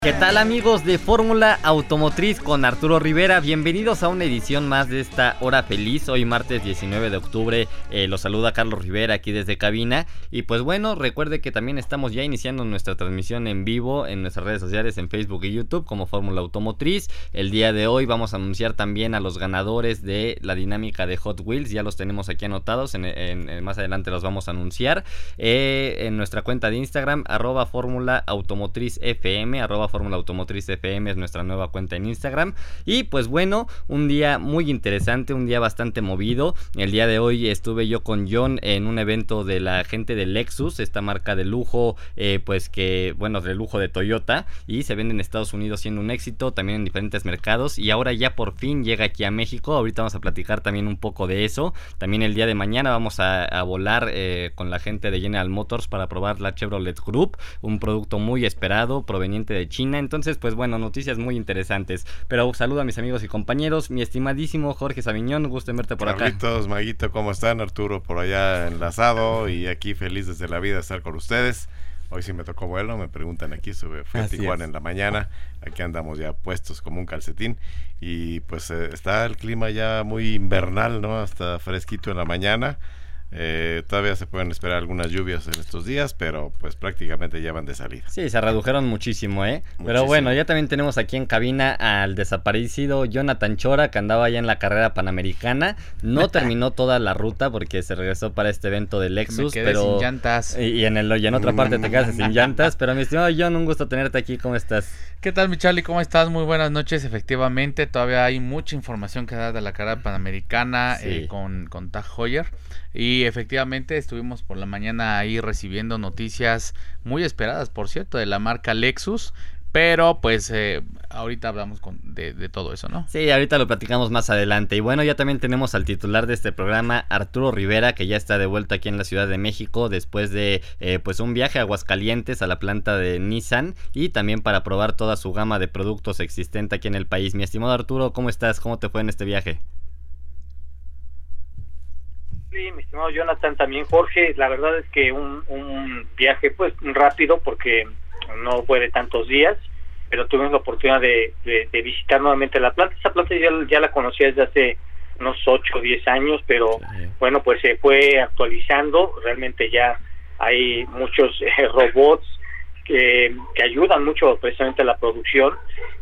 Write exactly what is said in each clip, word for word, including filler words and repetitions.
¿Qué tal, amigos de Fórmula Automotriz con Arturo Rivera? Bienvenidos a una edición más de esta hora feliz. Hoy martes diecinueve de octubre, eh, los saluda Carlos Rivera aquí desde cabina. Y pues bueno, recuerde que también estamos ya iniciando nuestra transmisión en vivo en nuestras redes sociales, en Facebook y YouTube como Fórmula Automotriz. El día de hoy vamos a anunciar también a los ganadores de la dinámica de Hot Wheels. Ya los tenemos aquí anotados, en, en, en más adelante los vamos a anunciar eh, en nuestra cuenta de Instagram, arroba Fórmula Automotriz F M, arroba Fórmula Automotriz F M es nuestra nueva cuenta en Instagram. Y pues bueno, un día muy interesante, un día bastante movido. El día de hoy estuve yo con John en un evento de la gente de Lexus, esta marca de lujo, eh, pues que, bueno, de lujo de Toyota, y se vende en Estados Unidos siendo un éxito, también en diferentes mercados, y ahora ya por fin llega aquí a México. Ahorita vamos a platicar también un poco de eso. También el día de mañana vamos a, a volar eh, con la gente de General Motors para probar la Chevrolet Group, un producto muy esperado proveniente de China. Entonces, pues bueno, noticias muy interesantes. Pero saludo a mis amigos y compañeros. Mi estimadísimo Jorge Sabiñón, gusto en verte por acá. Carlitos, Maguito, ¿cómo están? Arturo por allá enlazado y aquí feliz desde la vida de estar con ustedes. Hoy sí me tocó vuelo, me preguntan aquí, sobre, fui a Tijuana en la mañana, aquí andamos ya puestos como un calcetín y pues eh, está el clima ya muy invernal, ¿no? Hasta fresquito en la mañana. Eh, todavía se pueden esperar algunas lluvias en estos días, pero pues prácticamente ya van de salida. Sí, se redujeron muchísimo, ¿eh? Muchísimo. Pero bueno, ya también tenemos aquí en cabina al desaparecido Jonathan Chora, que andaba ya en la carrera panamericana. No terminó toda la ruta porque se regresó para este evento de Lexus. Me quedé pero... sin llantas. Y, y, en el, y en otra parte te quedas sin llantas. Pero mi estimado John, un gusto tenerte aquí. ¿Cómo estás? ¿Qué tal, mi Charlie? ¿Cómo estás? Muy buenas noches. Efectivamente, todavía hay mucha información que dar de la carrera panamericana, sí. eh, con, con Tag Heuer. Y efectivamente estuvimos por la mañana ahí recibiendo noticias muy esperadas, por cierto, de la marca Lexus. Pero pues eh, ahorita hablamos con, de, de todo eso, ¿no? Sí, ahorita lo platicamos más adelante. Y bueno, ya también tenemos al titular de este programa, Arturo Rivera, que ya está de vuelta aquí en la Ciudad de México después de eh, pues un viaje a Aguascalientes, a la planta de Nissan, y también para probar toda su gama de productos existente aquí en el país. Mi estimado Arturo, ¿cómo estás? ¿Cómo te fue en este viaje? Sí, mi estimado Jonathan, también Jorge, la verdad es que un, un viaje pues rápido porque no fue de tantos días, pero tuvimos la oportunidad de, de, de visitar nuevamente la planta. Esa planta ya, ya la conocía desde hace unos ocho o diez años, pero sí. Bueno, pues se fue actualizando, realmente ya hay muchos eh, robots que, que ayudan mucho precisamente a la producción,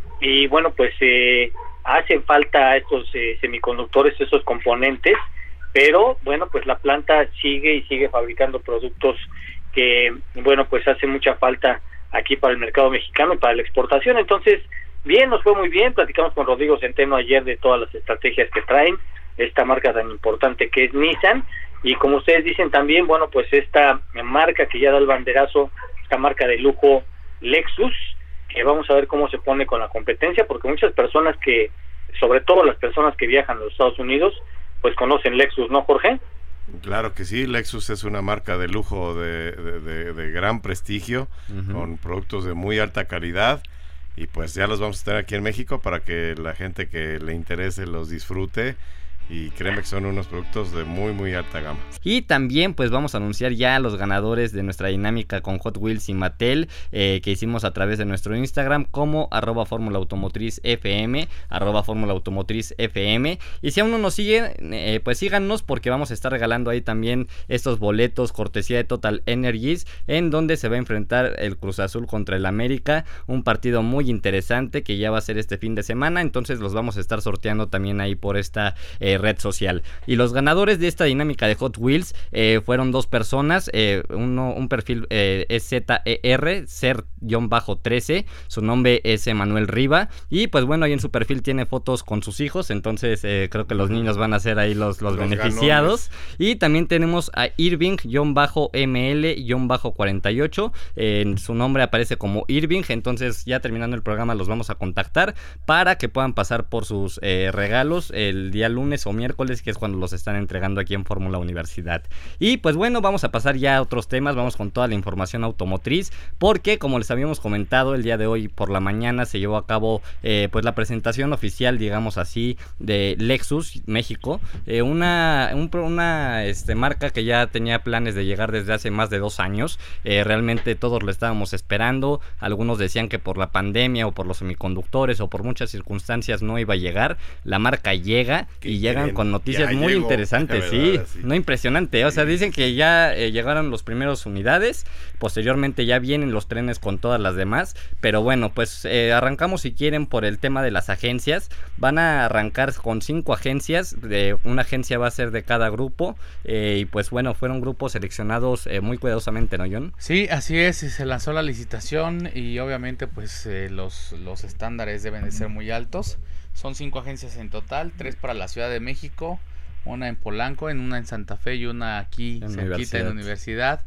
y bueno, pues eh, hacen falta estos eh, semiconductores, esos componentes, pero bueno, pues la planta sigue y sigue fabricando productos que, bueno, pues hace mucha falta aquí para el mercado mexicano y para la exportación. Entonces, bien, nos fue muy bien. Platicamos con Rodrigo Centeno ayer de todas las estrategias que traen esta marca tan importante que es Nissan, y como ustedes dicen también, bueno, pues esta marca que ya da el banderazo, esta marca de lujo Lexus, que vamos a ver cómo se pone con la competencia, porque muchas personas que, sobre todo las personas que viajan a los Estados Unidos, pues conocen Lexus, ¿no, Jorge? Claro que sí, Lexus es una marca de lujo de, de, de, de gran prestigio, uh-huh. con productos de muy alta calidad, y pues ya los vamos a tener aquí en México para que la gente que le interese los disfrute. Y créeme que son unos productos de muy muy alta gama. Y también pues vamos a anunciar ya a los ganadores de nuestra dinámica con Hot Wheels y Mattel, eh, que hicimos a través de nuestro Instagram como arroba Fórmula Automotriz F M, arroba Fórmula Automotriz F M. Y si aún no nos siguen, eh, pues síganos, porque vamos a estar regalando ahí también estos boletos cortesía de Total Energies, en donde se va a enfrentar el Cruz Azul contra el América, un partido muy interesante que ya va a ser este fin de semana. Entonces los vamos a estar sorteando también ahí por esta eh, red social. Y los ganadores de esta dinámica de Hot Wheels eh, fueron dos personas, eh, uno, un perfil eh, es Z E R, ser trece, su nombre es Emanuel Riva, y pues bueno, ahí en su perfil tiene fotos con sus hijos, entonces eh, creo que los niños van a ser ahí los, los, los beneficiados. Ganones. Y también tenemos a Irving-M L-cuarenta y ocho, eh, en su nombre aparece como Irving. Entonces ya terminando el programa los vamos a contactar para que puedan pasar por sus eh, regalos el día lunes o o miércoles, que es cuando los están entregando aquí en Fórmula Universidad. Y pues bueno, vamos a pasar ya a otros temas, vamos con toda la información automotriz, porque como les habíamos comentado, el día de hoy por la mañana se llevó a cabo eh, pues la presentación oficial, digamos así, de Lexus México, eh, una, un, una este, marca que ya tenía planes de llegar desde hace más de dos años, eh, realmente todos lo estábamos esperando, algunos decían que por la pandemia o por los semiconductores o por muchas circunstancias no iba a llegar, la marca llega y llegan creen? con noticias muy llegó, interesantes, sí, sí, no impresionante, o sea, dicen que ya eh, llegaron los primeros unidades, posteriormente ya vienen los trenes con todas las demás, pero bueno, pues eh, arrancamos si quieren por el tema de las agencias, van a arrancar con cinco agencias, de una agencia va a ser de cada grupo, eh, y pues bueno, fueron grupos seleccionados eh, muy cuidadosamente, ¿no, John? Sí, así es, se lanzó la licitación y obviamente pues eh, los, los estándares deben de ser muy altos, son cinco agencias en total, tres para la Ciudad de México, una en Polanco, en una en Santa Fe y una aquí en cerquita en la Universidad.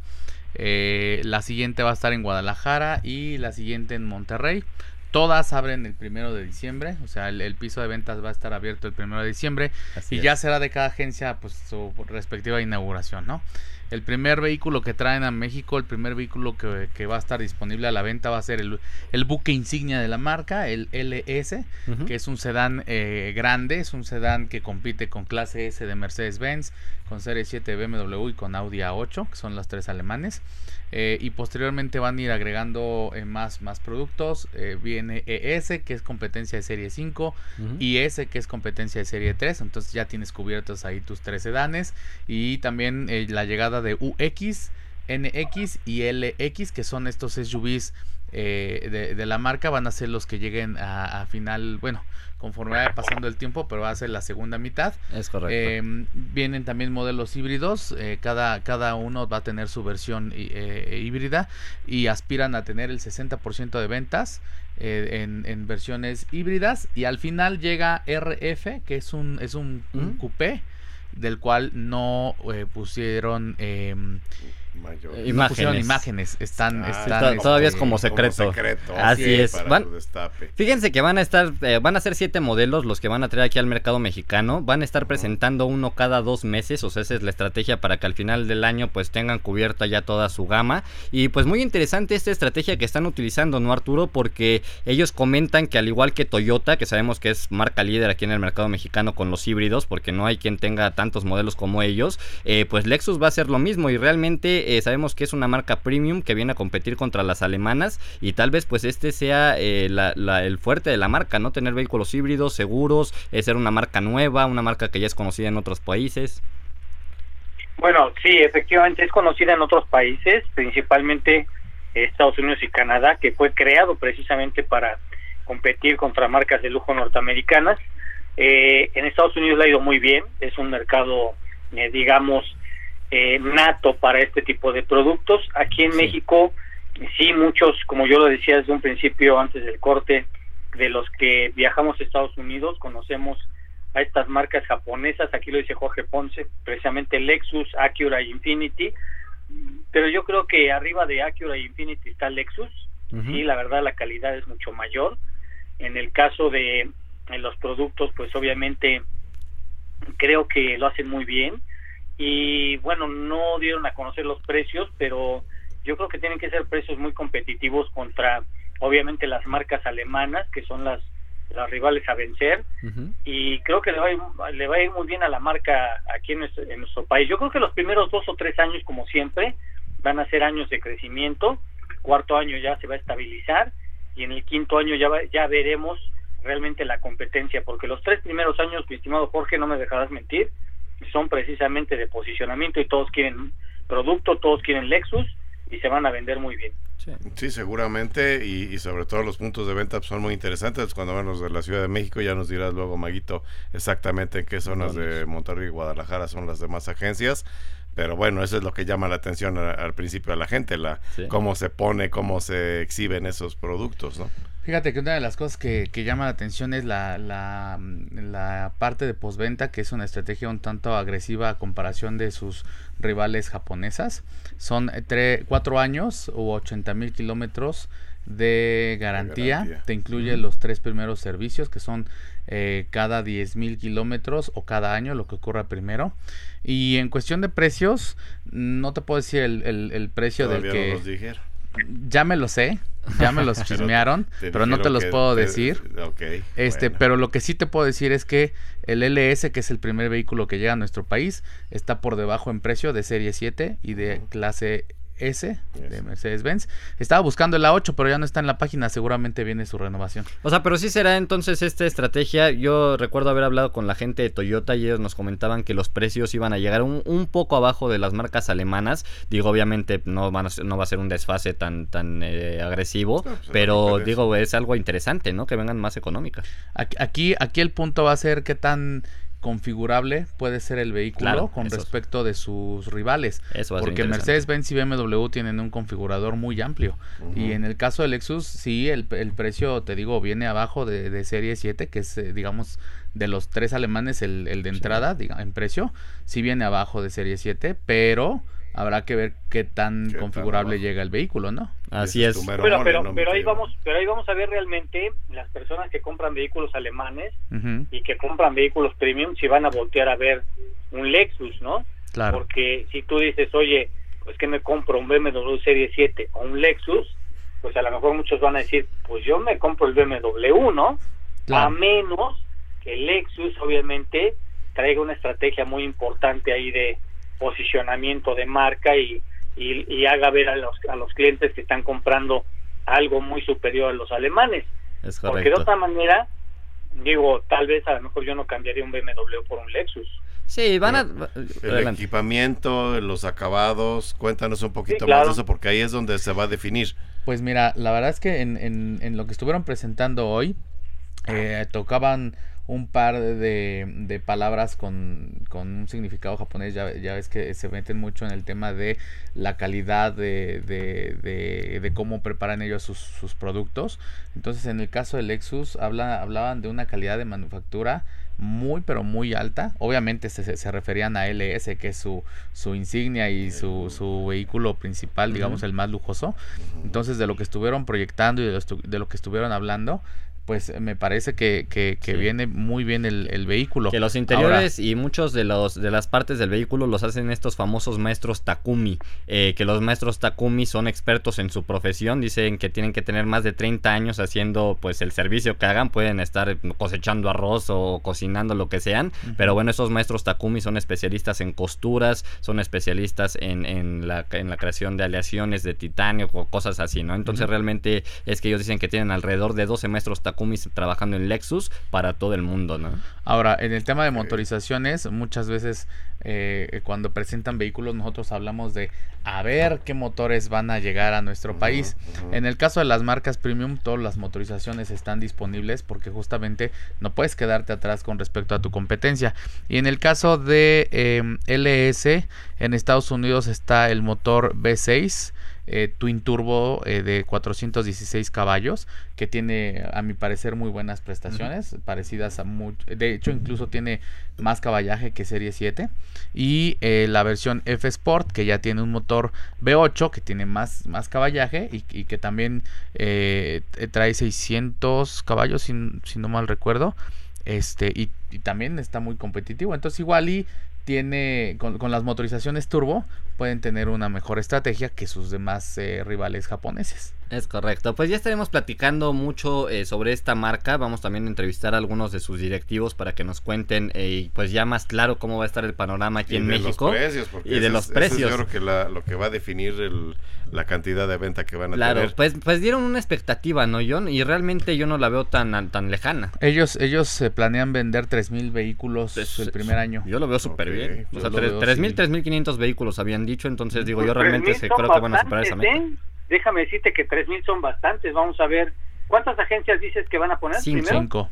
Eh, la siguiente va a estar en Guadalajara y la siguiente en Monterrey. Todas abren el primero de diciembre, o sea, el, el piso de ventas va a estar abierto el primero de diciembre. Así y es. Ya será de cada agencia pues su respectiva inauguración, ¿no? El primer vehículo que traen a México, el primer vehículo que, que va a estar disponible a la venta va a ser el, el buque insignia de la marca, el L S, uh-huh. que es un sedán eh, grande, es un sedán que compite con clase S de Mercedes-Benz, con Serie siete de B M W y con Audi A ocho, que son las tres alemanes. Eh, y posteriormente van a ir agregando eh, más, más productos. Eh, viene E S, que es competencia de Serie cinco, uh-huh. I S, que es competencia de Serie tres, entonces ya tienes cubiertos ahí tus tres sedanes. Y también eh, la llegada de U X, N X y L X, que son estos S U Vs eh, de, de la marca, van a ser los que lleguen a, a final, bueno, conforme vaya pasando el tiempo, pero va a ser la segunda mitad. Es correcto. Eh, vienen también modelos híbridos, eh, cada, cada uno va a tener su versión eh, híbrida y aspiran a tener el sesenta por ciento de ventas eh, en, en versiones híbridas, y al final llega R F, que es un, es un, ¿Mm? un coupé, del cual no eh, pusieron eh, Mayor. imágenes. No pusieron imágenes, están, ah, están está, todavía este, es como secreto. Como secreto. Así sí, es. Van, destape. Fíjense que van a estar, eh, van a ser siete modelos los que van a traer aquí al mercado mexicano. Van a estar uh-huh. presentando uno cada dos meses, o sea, esa es la estrategia para que al final del año pues tengan cubierta ya toda su gama. Y pues muy interesante esta estrategia que están utilizando, ¿no, Arturo? Porque ellos comentan que al igual que Toyota, que sabemos que es marca líder aquí en el mercado mexicano con los híbridos, porque no hay quien tenga tantos modelos como ellos, eh, pues Lexus va a hacer lo mismo, y realmente eh, sabemos que es una marca premium que viene a competir contra las alemanas, y tal vez pues este sea eh, la, la, el fuerte de la marca, ¿no? Tener vehículos híbridos seguros, eh, ser una marca nueva, una marca que ya es conocida en otros países. Bueno, sí, efectivamente es conocida en otros países, principalmente Estados Unidos y Canadá, que fue creado precisamente para competir contra marcas de lujo norteamericanas. Eh, en Estados Unidos le ha ido muy bien, es un mercado, eh, digamos, eh, nato para este tipo de productos. Aquí en sí. México, sí, muchos, como yo lo decía desde un principio, antes del corte, de los que viajamos a Estados Unidos, conocemos a estas marcas japonesas, aquí lo dice Jorge Ponce, precisamente Lexus, Acura y Infiniti, pero yo creo que arriba de Acura y Infiniti está Lexus, uh-huh. sí, la verdad la calidad es mucho mayor. En el caso de en los productos, pues obviamente creo que lo hacen muy bien, y bueno, no dieron a conocer los precios, pero yo creo que tienen que ser precios muy competitivos contra obviamente las marcas alemanas, que son las las rivales a vencer, uh-huh. y creo que le va, a ir, le va a ir muy bien a la marca aquí en nuestro, en nuestro país. Yo creo que los primeros dos o tres años, como siempre, van a ser años de crecimiento, cuarto año ya se va a estabilizar, y en el quinto año ya va, ya veremos realmente la competencia, porque los tres primeros años, mi estimado Jorge, no me dejarás mentir, son precisamente de posicionamiento, y todos quieren producto, todos quieren Lexus, y se van a vender muy bien. Sí, sí, seguramente, y, y sobre todo los puntos de venta son muy interesantes. Cuando van los de la Ciudad de México, ya nos dirás luego, Maguito, exactamente en qué zonas de Monterrey y Guadalajara son las demás agencias. Pero bueno, eso es lo que llama la atención a, al principio a la gente, la sí. cómo se pone, cómo se exhiben esos productos, ¿no? Fíjate que una de las cosas que, que llama la atención es la, la, la parte de postventa, que es una estrategia un tanto agresiva a comparación de sus rivales japonesas. Son tre, cuatro años o ochenta mil kilómetros de garantía, de garantía. te incluye uh-huh. los tres primeros servicios que son eh, cada diez mil kilómetros o cada año, lo que ocurra primero. Y en cuestión de precios, no te puedo decir el, el, el precio Todavía del que... no los dijeron. Ya me lo sé, ya me los chismearon, pero, pero no te los puedo te, decir. Okay, este, bueno. Pero lo que sí te puedo decir es que el L S, que es el primer vehículo que llega a nuestro país, está por debajo en precio de Serie siete y de uh-huh. clase S de Mercedes-Benz. Estaba buscando el A ocho, pero ya no está en la página, seguramente viene su renovación. O sea, pero sí será entonces esta estrategia. Yo recuerdo haber hablado con la gente de Toyota y ellos nos comentaban que los precios iban a llegar un, un poco abajo de las marcas alemanas. Digo, obviamente no, van a ser, no va a ser un desfase tan, tan eh, agresivo, no, pues pero digo, es algo interesante, ¿no? Que vengan más económicas. Aquí, aquí el punto va a ser qué tan configurable puede ser el vehículo claro, con eso. respecto de sus rivales, eso porque Mercedes-Benz y B M W tienen un configurador muy amplio uh-huh. y en el caso del Lexus sí el, el precio, te digo, viene abajo de, de Serie siete, que es eh, digamos de los tres alemanes el, el de entrada sí. diga, en precio, sí viene abajo de Serie siete, pero habrá que ver qué tan qué configurable llega el vehículo, ¿no? Así es. Pero, pero, pero, pero ahí vamos, pero ahí vamos a ver realmente las personas que compran vehículos alemanes uh-huh. y que compran vehículos premium si van a voltear a ver un Lexus, ¿no? Claro. Porque si tú dices, oye, pues que me compro un B M W Serie siete o un Lexus, pues a lo mejor muchos van a decir, pues yo me compro el B M W, ¿no? Claro. A menos que el Lexus obviamente traiga una estrategia muy importante ahí de posicionamiento de marca y, y, y haga ver a los, a los clientes que están comprando algo muy superior a los alemanes. Es porque de otra manera, digo, tal vez a lo mejor yo no cambiaría un B M W por un Lexus. Sí, van a... El Adelante. Equipamiento, los acabados, cuéntanos un poquito sí, claro. más de eso, porque ahí es donde se va a definir. Pues mira, la verdad es que en, en, en lo que estuvieron presentando hoy, eh, tocaban un par de, de palabras con, con un significado japonés. Ya, ya ves que se meten mucho en el tema de la calidad de, de, de, de cómo preparan ellos sus, sus productos. Entonces en el caso de Lexus habla, hablaban de una calidad de manufactura muy pero muy alta. Obviamente se, se referían a L S, que es su, su insignia y su, su vehículo principal, digamos, uh-huh. el más lujoso. Entonces de lo que estuvieron proyectando y de lo, de lo que estuvieron hablando, pues me parece que, que, que sí. viene muy bien el, el vehículo. Que los interiores Ahora, y muchos de los de las partes del vehículo los hacen estos famosos maestros Takumi, eh, que los maestros Takumi son expertos en su profesión. Dicen que tienen que tener más de treinta años haciendo pues el servicio que hagan. Pueden estar cosechando arroz o cocinando lo que sean, uh-huh. pero bueno, esos maestros Takumi son especialistas en costuras, son especialistas en, en, la, en la creación de aleaciones de titanio o cosas así, ¿no? Entonces uh-huh. realmente es que ellos dicen que tienen alrededor de doce maestros Takumi trabajando en Lexus para todo el mundo, ¿no? Ahora, en el tema de motorizaciones, muchas veces eh, cuando presentan vehículos nosotros hablamos de a ver qué motores van a llegar a nuestro uh-huh, país. Uh-huh. En el caso de las marcas premium, todas las motorizaciones están disponibles porque justamente no puedes quedarte atrás con respecto a tu competencia. Y en el caso de eh, L S, en Estados Unidos está el motor V seis, Eh, Twin Turbo eh, de cuatrocientos dieciséis caballos, que tiene a mi parecer muy buenas prestaciones, uh-huh. parecidas a muy, de hecho incluso tiene más caballaje que Serie siete, y eh, la versión F Sport, que ya tiene un motor V ocho que tiene más, más caballaje y, y que también eh, trae seiscientos caballos si, si no mal recuerdo, este y, y también está muy competitivo. Entonces igual y tiene con, con las motorizaciones turbo pueden tener una mejor estrategia que sus demás eh, rivales japoneses. Es correcto, pues ya estaremos platicando mucho eh, sobre esta marca. Vamos también a entrevistar a algunos de sus directivos para que nos cuenten eh, pues ya más claro cómo va a estar el panorama aquí y en México. Los precios, y de es, los precios. Eso es yo creo que la, lo que va a definir el, la cantidad de venta que van a claro, tener. Pues, pues dieron una expectativa, ¿no, John? Y realmente yo no la veo tan, tan lejana. Ellos ellos eh, planean vender tres mil vehículos es, el primer año. Yo lo veo súper okay. bien. O sea, tres mil, tres mil quinientos vehículos habían dicho, entonces digo, pues yo realmente se, creo que van a superar esa meta. ¿eh? Déjame decirte que tres mil son bastantes. Vamos a ver, ¿cuántas agencias dices que van a poner? Cinco. Primero? Cinco.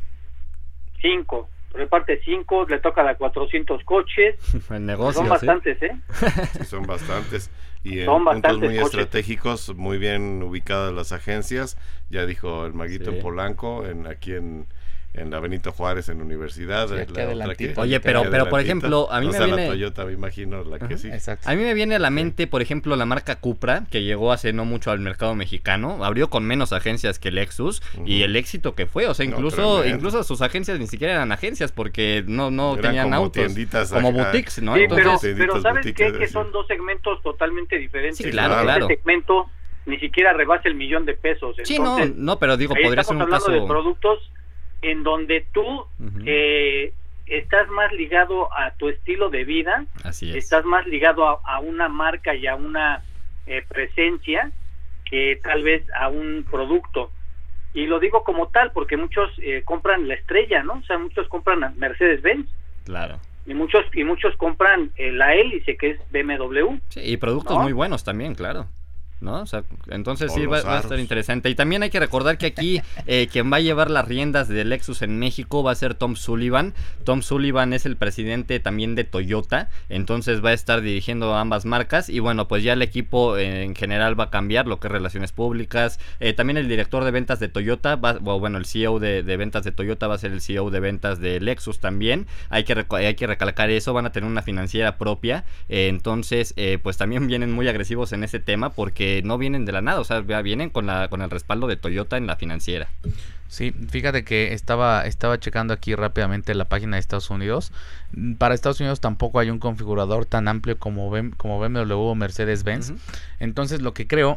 Cinco. Reparte cinco, le toca a cuatrocientos coches. El negocio, son bastantes, ¿sí? ¿eh? Sí, son bastantes. Y en son puntos muy coches. estratégicos, muy bien ubicadas las agencias. Ya dijo el Maguito sí. en Polanco, en aquí en, en la Benito Juárez, en Universidad. Sí, la otra que, Oye, pero, pero por ejemplo, a mí o me sea, viene... la Toyota, me imagino, la que uh-huh. sí. Exacto. A mí me viene a la mente, por ejemplo, la marca Cupra, que llegó hace no mucho al mercado mexicano, abrió con menos agencias que Lexus, uh-huh. y el éxito que fue, o sea, incluso no, incluso sus agencias ni siquiera eran agencias, porque no, no tenían como autos, como acá. boutiques, ¿no? Sí, Entonces, pero, pero ¿sabes qué? Que son dos segmentos totalmente diferentes. Sí, claro, claro. Este segmento ni siquiera rebasa el millón de pesos. Sí, Entonces, no, no, pero digo, podría ser un estamos caso... hablando de productos en donde tú uh-huh. eh, estás más ligado a tu estilo de vida, así es. Estás más ligado a, a una marca y a una eh, presencia que tal vez a un producto. Y lo digo como tal porque muchos eh, compran la estrella, ¿no? O sea, muchos compran Mercedes-Benz. Claro. Y muchos y muchos compran eh, la hélice, que es B M W. Sí, y productos ¿no? muy buenos también, claro. ¿No? O sea, entonces o sí va, va a estar interesante. Y también hay que recordar que aquí eh, quien va a llevar las riendas de Lexus en México va a ser Tom Sullivan. Tom Sullivan es el presidente también de Toyota, entonces va a estar dirigiendo ambas marcas. Y bueno, pues ya el equipo eh, en general va a cambiar, lo que es relaciones públicas. Eh, también el director de ventas de Toyota, va, o bueno, el C E O de, de ventas de Toyota va a ser el C E O de ventas de Lexus también. Hay que, hay que recalcar eso, van a tener una financiera propia. Eh, entonces, eh, pues también vienen muy agresivos en ese tema porque no vienen de la nada, o sea, vienen con la con el respaldo de Toyota en la financiera. Sí, fíjate que estaba estaba checando aquí rápidamente la página de Estados Unidos. Para Estados Unidos tampoco hay un configurador tan amplio como B M, como B M W o Mercedes-Benz. Uh-huh. Entonces, lo que creo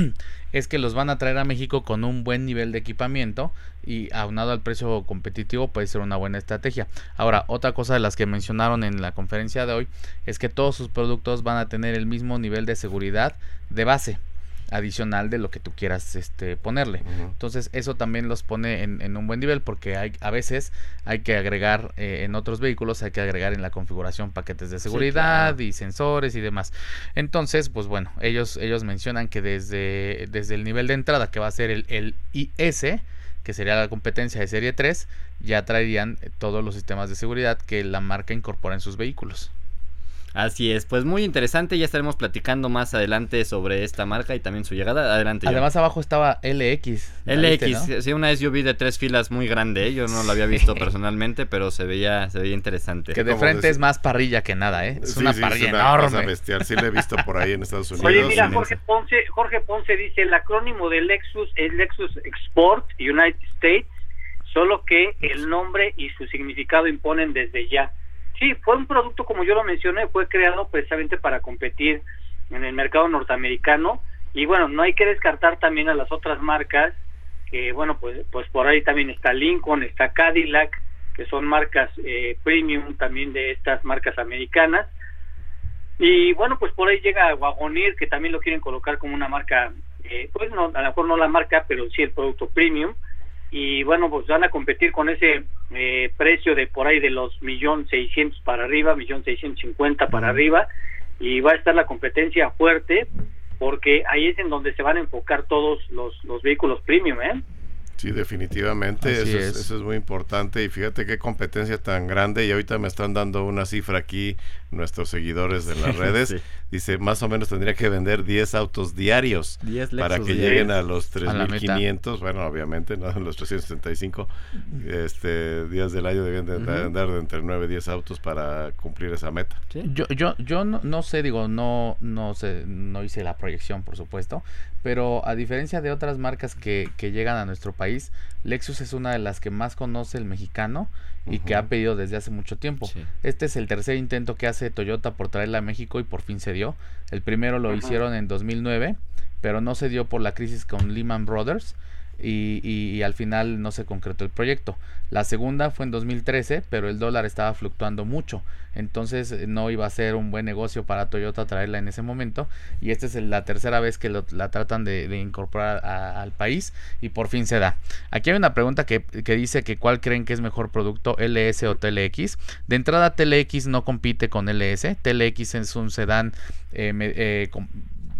es que los van a traer a México con un buen nivel de equipamiento y aunado al precio competitivo puede ser una buena estrategia. Ahora, otra cosa de las que mencionaron en la conferencia de hoy es que todos sus productos van a tener el mismo nivel de seguridad de base, adicional de lo que tú quieras este ponerle. Uh-huh. Entonces eso también los pone en, en un buen nivel porque hay a veces hay que agregar eh, en otros vehículos hay que agregar en la configuración paquetes de seguridad, sí, claro, y sensores y demás. Entonces, pues bueno, ellos ellos mencionan que desde, desde el nivel de entrada, que va a ser el, el I S, que sería la competencia de serie tres, ya traerían todos los sistemas de seguridad que la marca incorpora en sus vehículos. Así es, pues muy interesante, ya estaremos platicando más adelante sobre esta marca y también su llegada. Adelante. Además, abajo estaba L X. L X, viste, ¿no? Sí, una S U V de tres filas muy grande, ¿eh? Yo no la había visto personalmente, pero se veía se veía interesante. Que de frente decir? es más parrilla que nada, ¿eh? Es sí, una sí, parrilla es una enorme. Cosa bestial. Sí la he visto por ahí en Estados Unidos. Oye, mira, Jorge Ponce, Jorge Ponce dice, el acrónimo de Lexus es Lexus Export United States, solo que el nombre y su significado imponen desde ya. Sí, fue un producto, como yo lo mencioné, fue creado precisamente para competir en el mercado norteamericano y bueno, no hay que descartar también a las otras marcas, que bueno, pues pues por ahí también está Lincoln, está Cadillac, que son marcas eh, premium también de estas marcas americanas, y bueno, pues por ahí llega Wagoneer, que también lo quieren colocar como una marca, eh, pues no, a lo mejor no la marca, pero sí el producto premium. Y bueno, pues van a competir con ese eh, precio de por ahí de los millón seiscientos para arriba, millón seiscientos cincuenta para arriba, y va a estar la competencia fuerte, porque ahí es en donde se van a enfocar todos los, los vehículos premium, ¿eh? Sí, definitivamente, eso es. Es, eso es muy importante y fíjate qué competencia tan grande y ahorita me están dando una cifra aquí nuestros seguidores de las redes, sí. Dice más o menos tendría que vender diez autos diarios para que diarios. lleguen a los tres mil quinientos, bueno obviamente no los trescientos setenta y cinco este, días del año deben de uh-huh. andar de entre nueve y diez autos para cumplir esa meta. ¿Sí? Yo yo yo no, no sé, digo, no no sé, no hice la proyección por supuesto, pero a diferencia de otras marcas que, que llegan a nuestro país, Lexus es una de las que más conoce el mexicano y uh-huh. que ha pedido desde hace mucho tiempo. Sí. Este es el tercer intento que hace Toyota por traerla a México y por fin se dio. El primero lo uh-huh. hicieron en dos mil nueve, pero no se dio por la crisis con Lehman Brothers y, y, y al final no se concretó el proyecto. La segunda fue en dos mil trece, pero el dólar estaba fluctuando mucho, entonces no iba a ser un buen negocio para Toyota traerla en ese momento, y esta es la tercera vez que lo, la tratan de, de incorporar a, al país y por fin se da. Aquí hay una pregunta que, que dice que cuál creen que es mejor producto, L S o T L X. De entrada T L X no compite con L S, T L X es un sedán eh, eh, con,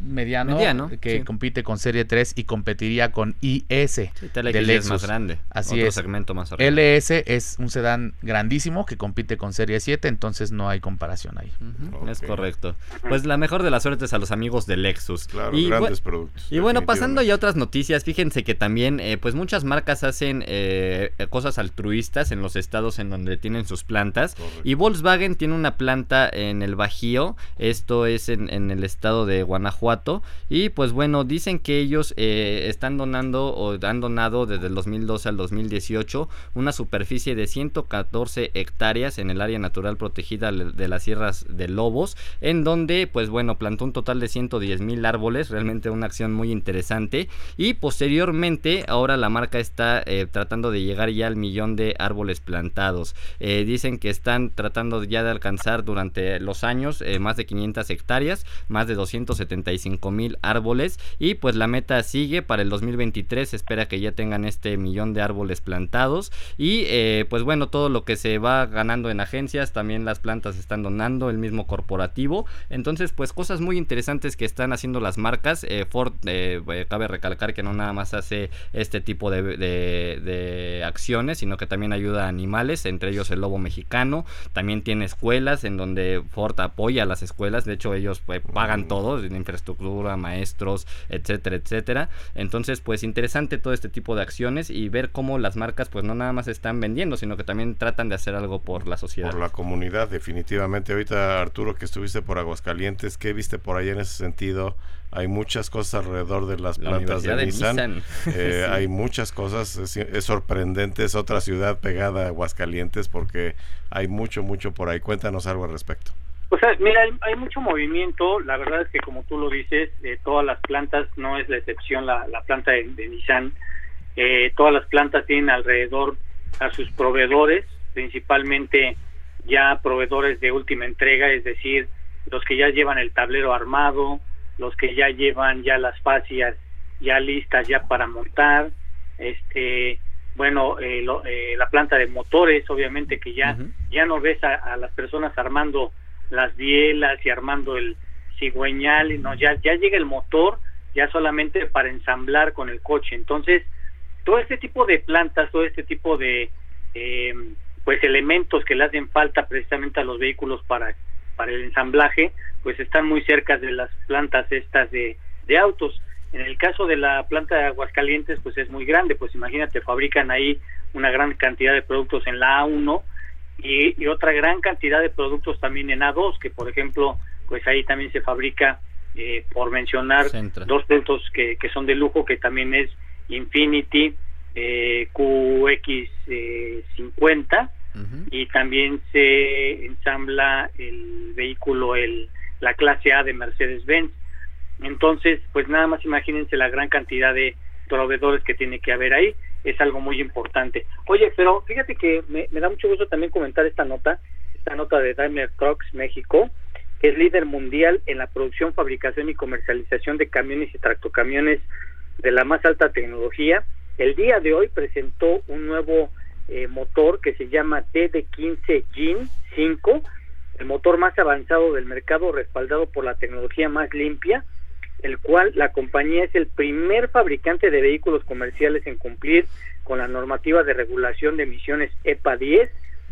mediano, mediano que sí. compite con Serie tres y competiría con I S sí, del Lexus. Es más grande. Así otro es. segmento más arriba. L S es un sedán grandísimo que compite con Serie siete, entonces no hay comparación ahí. Uh-huh. Okay. Es correcto. Pues la mejor de las suertes a los amigos de Lexus. Claro, y grandes bu- productos. Y bueno, pasando ya a otras noticias, fíjense que también eh, pues muchas marcas hacen eh, cosas altruistas en los estados en donde tienen sus plantas. Correcto. Y Volkswagen tiene una planta en el Bajío, esto es en, en el estado de Guanajuato, y pues bueno, dicen que ellos eh, están donando o han donado desde el dos mil doce al dos mil dieciocho una superficie de ciento catorce hectáreas en el área natural protegida de las sierras de Lobos, en donde pues bueno, plantó un total de ciento diez mil árboles, realmente una acción muy interesante, y posteriormente ahora la marca está eh, tratando de llegar ya al millón de árboles plantados. Eh, dicen que están tratando ya de alcanzar durante los años eh, más de quinientas hectáreas, más de doscientos setenta y cinco mil árboles, y pues la meta sigue para el dos mil veintitrés, se espera que ya tengan este millón de árboles plantados, y eh, pues bueno, todo lo que se va ganando en agencias, también las plantas están donando, el mismo corporativo, entonces pues cosas muy interesantes que están haciendo las marcas. eh, Ford, eh, cabe recalcar que no nada más hace este tipo de, de, de acciones, sino que también ayuda a animales, entre ellos el lobo mexicano, también tiene escuelas en donde Ford apoya a las escuelas, de hecho ellos pues, pagan todo, de infraestructura, maestros, etcétera, etcétera, entonces pues interesante todo este tipo de acciones y ver cómo las marcas pues no nada más están vendiendo, sino que también tratan de hacer algo por la sociedad. Por la comunidad, definitivamente. Ahorita, Arturo, que estuviste por Aguascalientes, ¿qué viste por allá en ese sentido? Hay muchas cosas alrededor de las la plantas de, de Nissan, Nissan. Eh, sí. Hay muchas cosas, es, es sorprendente, es otra ciudad pegada a Aguascalientes porque hay mucho, mucho por ahí. Cuéntanos algo al respecto. O sea, mira, hay, hay mucho movimiento, la verdad es que como tú lo dices, eh, todas las plantas, no es la excepción la, la planta de, de Nissan, eh, todas las plantas tienen alrededor a sus proveedores, principalmente ya proveedores de última entrega, es decir, los que ya llevan el tablero armado, los que ya llevan ya las fascias ya listas ya para montar, este bueno eh, lo, eh, la planta de motores, obviamente que ya uh-huh. ya no ves a, a las personas armando las bielas y armando el cigüeñal, no, ya ya llega el motor ya solamente para ensamblar con el coche. Entonces todo este tipo de plantas, todo este tipo de eh, pues elementos que le hacen falta precisamente a los vehículos para para el ensamblaje, pues están muy cerca de las plantas estas de, de autos. En el caso de la planta de Aguascalientes, pues es muy grande, pues imagínate, fabrican ahí una gran cantidad de productos en la A uno y, y otra gran cantidad de productos también en A dos, que por ejemplo, pues ahí también se fabrica, eh, por mencionar Centra. dos productos que, que son de lujo, que también es Infiniti eh, Q X cincuenta, Uh-huh. y también se ensambla el vehículo, el la clase A de Mercedes-Benz. Entonces, pues nada más imagínense la gran cantidad de proveedores que tiene que haber ahí, es algo muy importante. Oye, pero fíjate que me, me da mucho gusto también comentar esta nota, esta nota de Daimler Trucks México, que es líder mundial en la producción, fabricación y comercialización de camiones y tractocamiones de la más alta tecnología. El día de hoy presentó un nuevo Eh, motor que se llama D D quince Gen cinco, el motor más avanzado del mercado, respaldado por la tecnología más limpia, el cual la compañía es el primer fabricante de vehículos comerciales en cumplir con la normativa de regulación de emisiones E P A diez,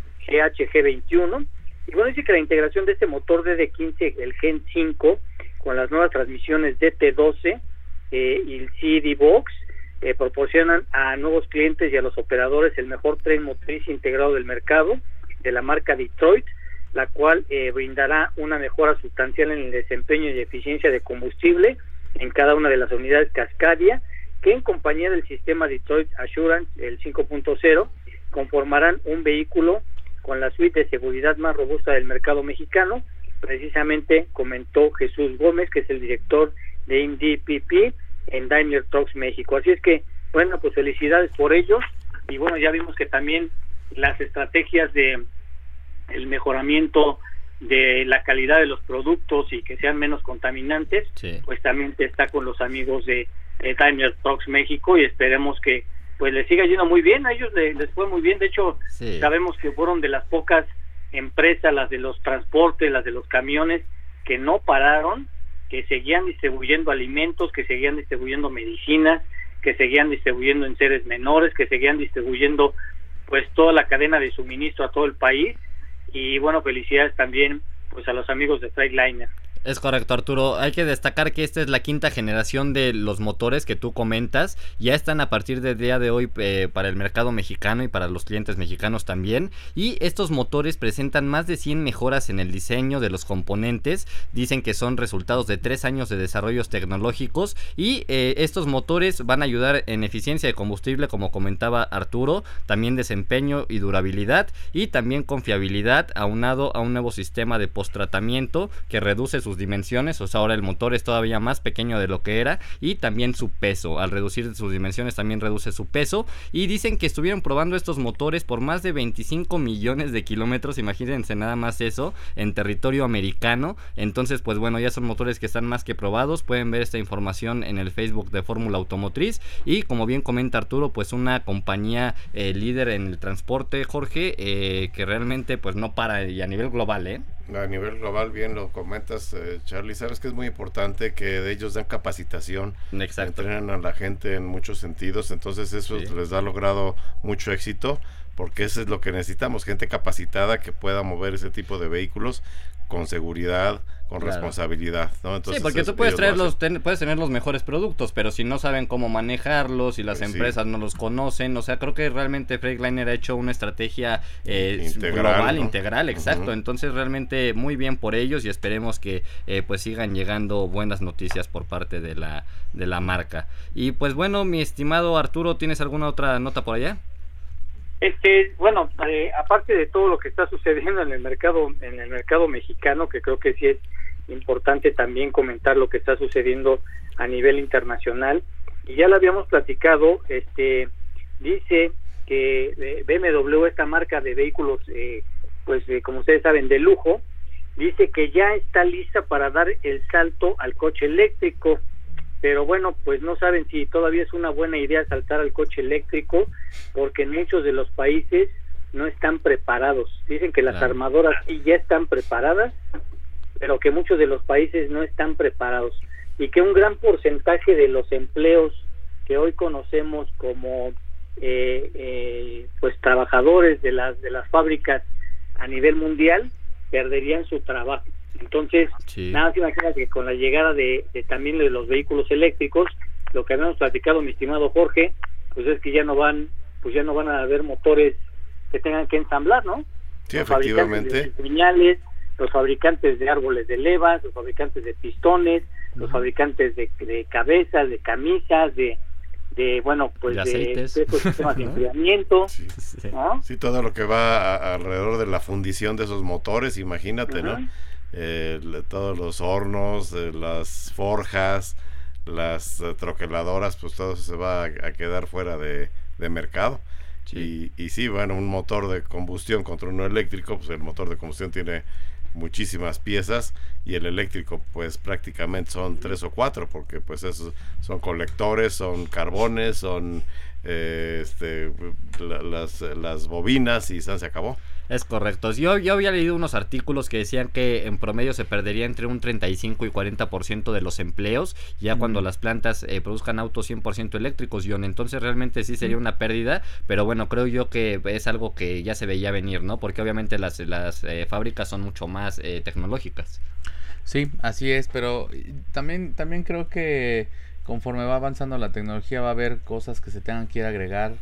G H G veintiuno, y bueno, dice que la integración de este motor D D quince, el Gen cinco, con las nuevas transmisiones D T doce eh, y el C D Box, Eh, proporcionan a nuevos clientes y a los operadores el mejor tren motriz integrado del mercado de la marca Detroit, la cual eh, brindará una mejora sustancial en el desempeño y eficiencia de combustible en cada una de las unidades Cascadia, que en compañía del sistema Detroit Assurance, el cinco punto cero, conformarán un vehículo con la suite de seguridad más robusta del mercado mexicano. Precisamente comentó Jesús Gómez, que es el director de M D P P en Daimler Trucks México. Así es que, bueno, pues felicidades por ellos, y bueno, ya vimos que también las estrategias de el mejoramiento de la calidad de los productos y que sean menos contaminantes, sí. pues también está con los amigos de, de Daimler Trucks México, y esperemos que pues les siga yendo muy bien. A ellos les, les fue muy bien, de hecho sí. sabemos que fueron de las pocas empresas, las de los transportes, las de los camiones, que no pararon, que seguían distribuyendo alimentos, que seguían distribuyendo medicinas, que seguían distribuyendo enseres menores, que seguían distribuyendo pues toda la cadena de suministro a todo el país. Y bueno, felicidades también pues a los amigos de Freightliner. Es correcto, Arturo. Hay que destacar que esta es la quinta generación de los motores que tú comentas. Ya están a partir del día de hoy eh, para el mercado mexicano y para los clientes mexicanos también. Y estos motores presentan más de cien mejoras en el diseño de los componentes. Dicen que son resultados de tres años de desarrollos tecnológicos. Y eh, estos motores van a ayudar en eficiencia de combustible, como comentaba Arturo. También desempeño y durabilidad. Y también confiabilidad, aunado a un nuevo sistema de post-tratamiento que reduce sus dimensiones. O sea, ahora el motor es todavía más pequeño de lo que era, y también su peso, al reducir sus dimensiones también reduce su peso. Y dicen que estuvieron probando estos motores por más de veinticinco millones de kilómetros, imagínense nada más eso, en territorio americano. Entonces pues bueno, ya son motores que están más que probados. Pueden ver esta información en el Facebook de Fórmula Automotriz. Y como bien comenta Arturo, pues una compañía eh, líder en el transporte, Jorge, eh, que realmente pues no para, y a nivel global, ¿eh? A nivel global, bien lo comentas, eh, Charlie. Sabes que es muy importante que de ellos dan capacitación. Exacto. Entrenan a la gente en muchos sentidos, entonces eso sí. les ha logrado mucho éxito, porque eso es lo que necesitamos, gente capacitada que pueda mover ese tipo de vehículos con seguridad, con claro. responsabilidad, ¿no? Entonces, sí, porque tú puedes traer los, ten, puedes tener los mejores productos, pero si no saben cómo manejarlos, y las sí. empresas no los conocen, o sea, creo que realmente Freightliner ha hecho una estrategia eh, integral, global, ¿no? integral, exacto. Uh-huh. Entonces realmente muy bien por ellos, y esperemos que eh, pues sigan llegando buenas noticias por parte de la de la marca. Y pues bueno, mi estimado Arturo, ¿tienes alguna otra nota por allá? Este, bueno, eh, aparte de todo lo que está sucediendo en el mercado, en el mercado mexicano, que creo que sí es importante también comentar lo que está sucediendo a nivel internacional, y ya lo habíamos platicado, este, dice que eh, B M W, esta marca de vehículos, eh, pues eh, como ustedes saben, de lujo, dice que ya está lista para dar el salto al coche eléctrico. Pero bueno, pues no saben si todavía es una buena idea saltar al coche eléctrico, porque en muchos de los países no están preparados. Dicen que las claro. armadoras sí ya están preparadas, pero que muchos de los países no están preparados, y que un gran porcentaje de los empleos que hoy conocemos como eh, eh, pues trabajadores de las de las fábricas a nivel mundial perderían su trabajo. Entonces, sí. nada más imagínate que con la llegada de, de también de los vehículos eléctricos, lo que habíamos platicado, mi estimado Jorge, pues es que ya no van, pues ya no van a haber motores que tengan que ensamblar, ¿no? Sí, los efectivamente. Fabricantes de señales, los fabricantes de árboles de levas, los fabricantes de pistones, uh-huh. los fabricantes de, de cabezas, de camisas, de de bueno pues de, de estos sistemas de enfriamiento, sí, sí. ¿no? Sí, todo lo que va a, alrededor de la fundición de esos motores, imagínate, uh-huh. ¿no? Eh, todos los hornos, eh, las forjas, las eh, troqueladoras, pues todo eso se va a, a quedar fuera de, de mercado. Sí. Y, y sí, bueno, un motor de combustión contra uno eléctrico, pues el motor de combustión tiene muchísimas piezas, y el eléctrico pues prácticamente son tres o cuatro, porque pues esos son colectores, son carbones, son eh, este la, las, las bobinas, y se acabó. Es correcto. Yo, yo había leído unos artículos que decían que en promedio se perdería entre un treinta y cinco y cuarenta por ciento de los empleos ya mm. cuando las plantas eh, produzcan autos cien por ciento eléctricos, John. Entonces realmente sí sería una pérdida, pero bueno, creo yo que es algo que ya se veía venir, ¿no? Porque obviamente las, las eh, fábricas son mucho más eh, tecnológicas. Sí, así es, pero también, también creo que conforme va avanzando la tecnología va a haber cosas que se tengan que ir a agregar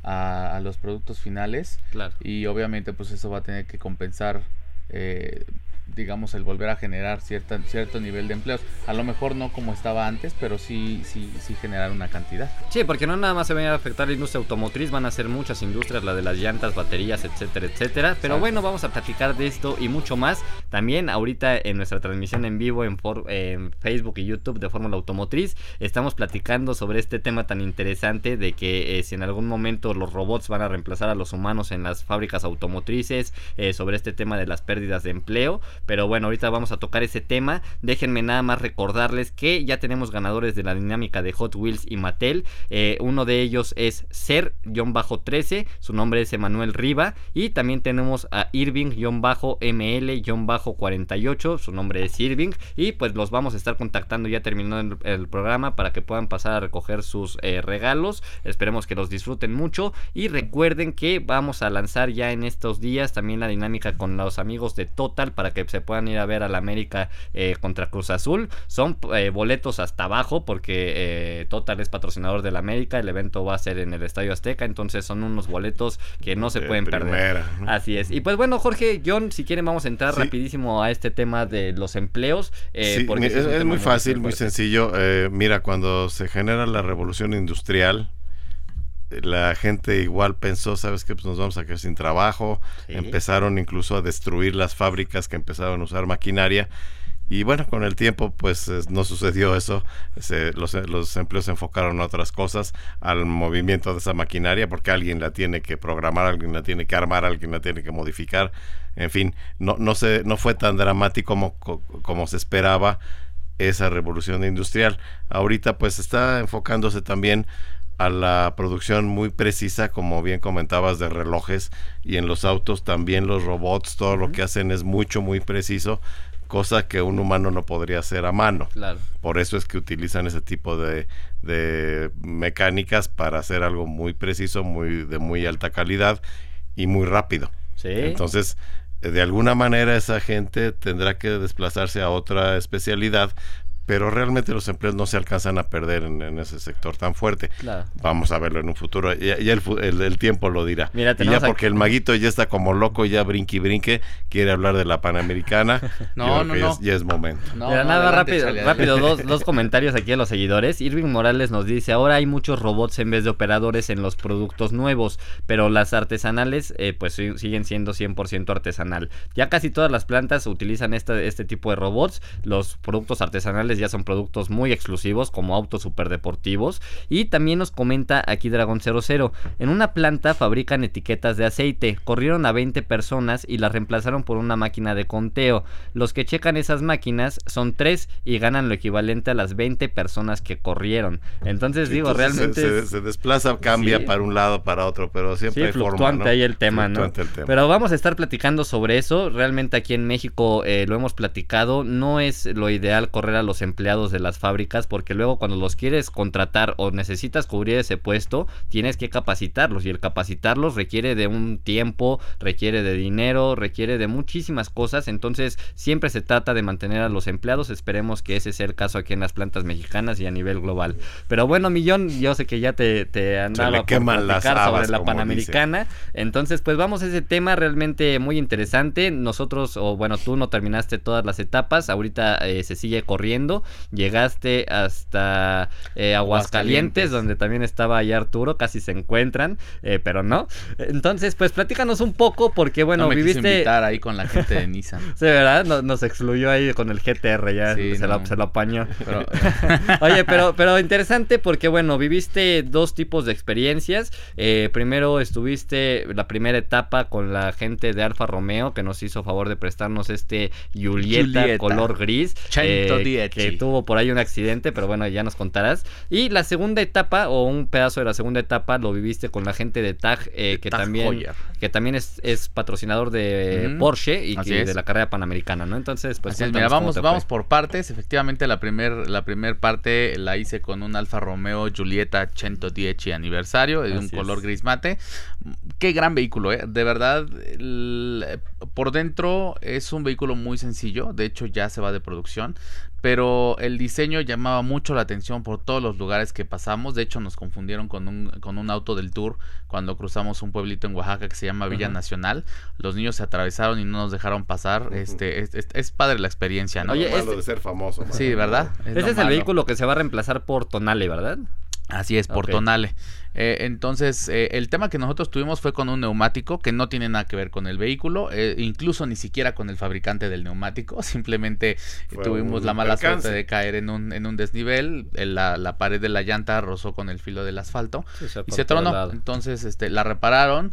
A, a los productos finales, claro. y obviamente pues eso va a tener que compensar eh, digamos el volver a generar cierta, cierto nivel de empleos, a lo mejor no como estaba antes, pero sí, sí, sí generar una cantidad. Sí, porque no nada más se va a afectar la industria automotriz, van a ser muchas industrias, la de las llantas, baterías, etcétera, etcétera, pero Exacto. bueno, vamos a platicar de esto y mucho más también ahorita en nuestra transmisión en vivo en, for, en Facebook y YouTube de Fórmula Automotriz. Estamos platicando sobre este tema tan interesante de que eh, si en algún momento los robots van a reemplazar a los humanos en las fábricas automotrices, eh, sobre este tema de las pérdidas de empleo, pero bueno, ahorita vamos a tocar ese tema. Déjenme nada más recordarles que ya tenemos ganadores de la dinámica de Hot Wheels y Mattel. Eh, uno de ellos es Ser trece, su nombre es Emanuel Riva, y también tenemos a Irving M L cuarenta y ocho, su nombre es Irving, y pues los vamos a estar contactando ya terminando el, el programa para que puedan pasar a recoger sus eh, regalos. Esperemos que los disfruten mucho y recuerden que vamos a lanzar ya en estos días también la dinámica con los amigos de Total para que se puedan ir a ver a la América eh, contra Cruz Azul. Son eh, boletos hasta abajo porque eh, Total es patrocinador de la América, el evento va a ser en el Estadio Azteca, entonces son unos boletos que no se de pueden primera, perder. ¿No? Así es. Y pues bueno, Jorge, John, si quieren vamos a entrar sí. rapidísimo a este tema de los empleos. Eh, sí, porque es, es, es muy fácil, muy, muy sencillo. Eh, mira, cuando se genera la revolución industrial, la gente igual pensó, ¿sabes qué? Pues nos vamos a quedar sin trabajo. Sí. Empezaron incluso a destruir las fábricas que empezaron a usar maquinaria. Y bueno, con el tiempo pues eh, no sucedió eso. Se, los, los empleos se enfocaron a otras cosas, al movimiento de esa maquinaria, porque alguien la tiene que programar, alguien la tiene que armar, alguien la tiene que modificar. En fin, no, no, se, no fue tan dramático como, como se esperaba esa revolución industrial. Ahorita pues está enfocándose también a la producción muy precisa, como bien comentabas, de relojes, y en los autos también los robots, todo uh-huh. lo que hacen es mucho, muy preciso, cosa que un humano no podría hacer a mano. Claro. Por eso es que utilizan ese tipo de, de mecánicas para hacer algo muy preciso, muy de muy alta calidad y muy rápido. Sí. Entonces, de alguna manera esa gente tendrá que desplazarse a otra especialidad, pero realmente los empleos no se alcanzan a perder en, en ese sector tan fuerte. Claro. Vamos a verlo en un futuro, ya, ya el, el, el tiempo lo dirá. Mira, y ya porque aquí... el maguito ya está como loco, ya brinque y brinque, quiere hablar de la Panamericana. no, no, no. Ya, ya es momento. No, Mira, no, nada, adelante, rápido, chale, rápido dos, dos comentarios aquí a los seguidores. Irving Morales nos dice, ahora hay muchos robots en vez de operadores en los productos nuevos, pero las artesanales eh, pues siguen siendo cien por ciento artesanal. Ya casi todas las plantas utilizan este, este tipo de robots. Los productos artesanales ya son productos muy exclusivos como autos superdeportivos. Y también nos comenta aquí Dragón cero cero, en una planta fabrican etiquetas de aceite, corrieron a veinte personas y las reemplazaron por una máquina de conteo. Los que checan esas máquinas son tres y ganan lo equivalente a las veinte personas que corrieron. Entonces sí, digo, entonces realmente se, se, se desplaza, cambia sí. para un lado, para otro, pero siempre sí, hay fluctuante forma, ¿no? ahí el tema, fluctuante ¿no? El tema. Pero vamos a estar platicando sobre eso. Realmente aquí en México eh, lo hemos platicado, no es lo ideal correr a los empleados de las fábricas, porque luego cuando los quieres contratar o necesitas cubrir ese puesto, tienes que capacitarlos, y el capacitarlos requiere de un tiempo, requiere de dinero, requiere de muchísimas cosas. Entonces siempre se trata de mantener a los empleados. Esperemos que ese sea el caso aquí en las plantas mexicanas y a nivel global. Pero bueno, Millón, yo sé que ya te, te andaba por platicar sobre la Panamericana, dice. Entonces pues vamos a ese tema realmente muy interesante. Nosotros, o bueno, tú no terminaste todas las etapas, ahorita eh, se sigue corriendo. Llegaste hasta eh, Aguascalientes, Aguascalientes, donde también estaba ahí Arturo, casi se encuentran, eh, pero no. Entonces, pues platícanos un poco, porque bueno, no me viviste... quise invitar ahí con la gente de Nissan. Sí, ¿verdad? Nos, nos excluyó ahí con el G T R, ya sí, se, no. lo, se lo apañó. Pero... Oye, pero, pero interesante porque bueno, viviste dos tipos de experiencias. Eh, primero estuviste la primera etapa con la gente de Alfa Romeo, que nos hizo favor de prestarnos este Giulietta, Giulietta. color gris, eh, que tuvo por ahí un accidente, pero bueno, ya nos contarás. Y la segunda etapa, o un pedazo de la segunda etapa, lo viviste con la gente de Tag, eh, que, Tag también, que también es, es patrocinador de mm-hmm. Porsche y que, de la carrera panamericana, ¿no? Entonces, pues mira, vamos, vamos por partes. Efectivamente, la primer, la primer parte la hice con un Alfa Romeo Giulietta ciento diez aniversario, de un es. color gris mate. Qué gran vehículo, ¿eh? De verdad, el, por dentro es un vehículo muy sencillo, de hecho ya se va de producción, pero el diseño llamaba mucho la atención por todos los lugares que pasamos. De hecho nos confundieron con un, con un auto del Tour cuando cruzamos un pueblito en Oaxaca que se llama Villa uh-huh. Nacional. Los niños se atravesaron y no nos dejaron pasar. Uh-huh. este es, es, es padre la experiencia, ¿no? Oye, es malo de ser famoso, man. Sí, ¿verdad? Es ese es el vehículo que se va a reemplazar por Tonale, ¿verdad? Así es, por okay. Tonale. Eh, entonces, eh, el tema que nosotros tuvimos fue con un neumático que no tiene nada que ver con el vehículo, eh, incluso ni siquiera con el fabricante del neumático. Simplemente fue tuvimos la mala percance. suerte de caer en un, en un desnivel, en la, la pared de la llanta rozó con el filo del asfalto sí, se y se tronó. Entonces, este, la repararon,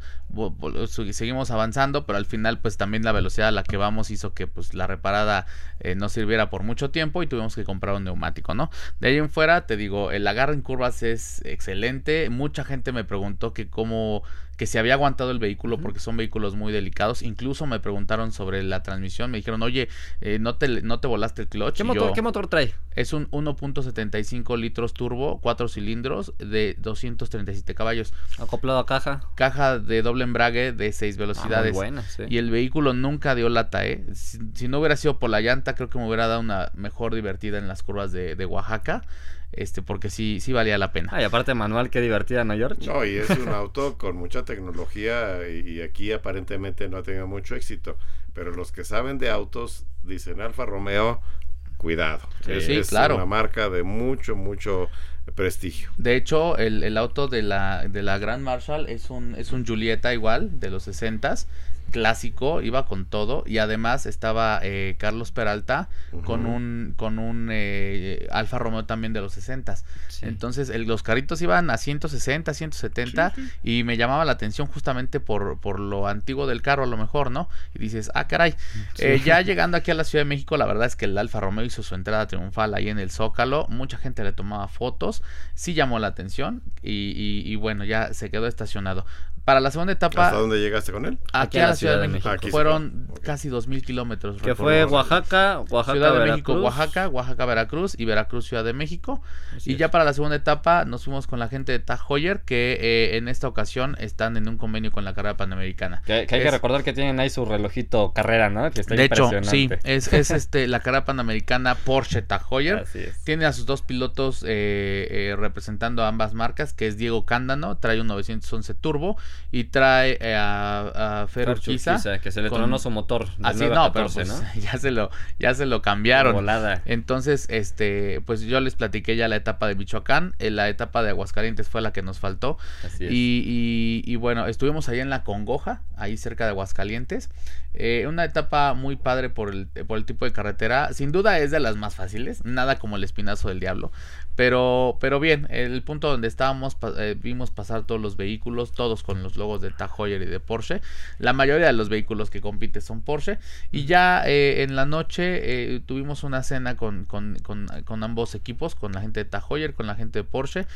seguimos avanzando, pero al final, pues también la velocidad a la que vamos hizo que pues la reparada eh, no sirviera por mucho tiempo y tuvimos que comprar un neumático, ¿no? De ahí en fuera, te digo, el agarre en curvas es excelente. Mucha gente me preguntó que cómo, que si había aguantado el vehículo, uh-huh. porque son vehículos muy delicados. Incluso me preguntaron sobre la transmisión, me dijeron, oye, eh, ¿no te no te volaste el clutch? ¿Qué motor, yo, ¿qué motor trae? Es un uno punto setenta y cinco litros turbo, cuatro cilindros de doscientos treinta y siete caballos. ¿Acoplado a caja? Caja de doble embrague de seis velocidades. Ah, muy buena, sí. Y el vehículo nunca dio lata, ¿eh? Si, si no hubiera sido por la llanta, creo que me hubiera dado una mejor divertida en las curvas de, de Oaxaca. Este, porque sí, sí valía la pena. Ah, y aparte manual, qué divertida, ¿no, George? No, y es un auto con mucha tecnología y aquí aparentemente no ha tenido mucho éxito, pero los que saben de autos dicen Alfa Romeo, cuidado. Sí, es sí, es claro. una marca de mucho, mucho prestigio. De hecho, el, el auto de la, de la Grand Marshall es un, es un Giulietta igual, de los sesentas, clásico, iba con todo, y además estaba eh, Carlos Peralta uh-huh. con un con un eh, Alfa Romeo también de los sesentas. Sí. Entonces el, los carritos iban a ciento sesenta, ciento setenta sí, sí. y me llamaba la atención justamente por, por lo antiguo del carro a lo mejor, ¿no? Y dices, ah, caray. Sí. Eh, ya llegando aquí a la Ciudad de México, la verdad es que el Alfa Romeo hizo su entrada triunfal ahí en el Zócalo, mucha gente le tomaba fotos, sí llamó la atención y, y, y bueno, ya se quedó estacionado. Para la segunda etapa... ¿Hasta dónde llegaste con él? Aquí, aquí a la Ciudad, Ciudad de México. México. Fueron okay. casi dos mil kilómetros. Que fue Oaxaca, Oaxaca, Ciudad de Veracruz. México, Oaxaca, Oaxaca, Veracruz y Veracruz, Ciudad de México. Así y es. Ya para la segunda etapa nos fuimos con la gente de Tag Heuer, que eh, en esta ocasión están en un convenio con la carrera panamericana. Que, que hay es, que recordar que tienen ahí su relojito carrera, ¿no? Que está de hecho, impresionante. sí, es, es este la carrera panamericana Porsche Tag Heuer. Así es. Tiene a sus dos pilotos eh, eh, representando a ambas marcas, que es Diego Cándano, trae un novecientos once turbo y trae Eh, a, a Fer Urquiza, que se le con... tronó su motor así no, catorce, pero pues, ¿no? ya se lo ya se lo cambiaron. Volada. Entonces, este, pues yo les platiqué ya la etapa de Michoacán, eh, la etapa de Aguascalientes fue la que nos faltó. Así es. Y, y, y bueno, estuvimos ahí en la Congoja, ahí cerca de Aguascalientes. Eh, una etapa muy padre por el, por el tipo de carretera. Sin duda es de las más fáciles, nada como el Espinazo del Diablo. Pero, pero bien, el punto donde estábamos, eh, vimos pasar todos los vehículos, todos con los logos de Tag Heuer y de Porsche. La mayoría de los vehículos que compiten son Porsche. Y ya eh, en la noche eh, tuvimos una cena con, con, con, con ambos equipos, con la gente de Tag Heuer, con la gente de Porsche.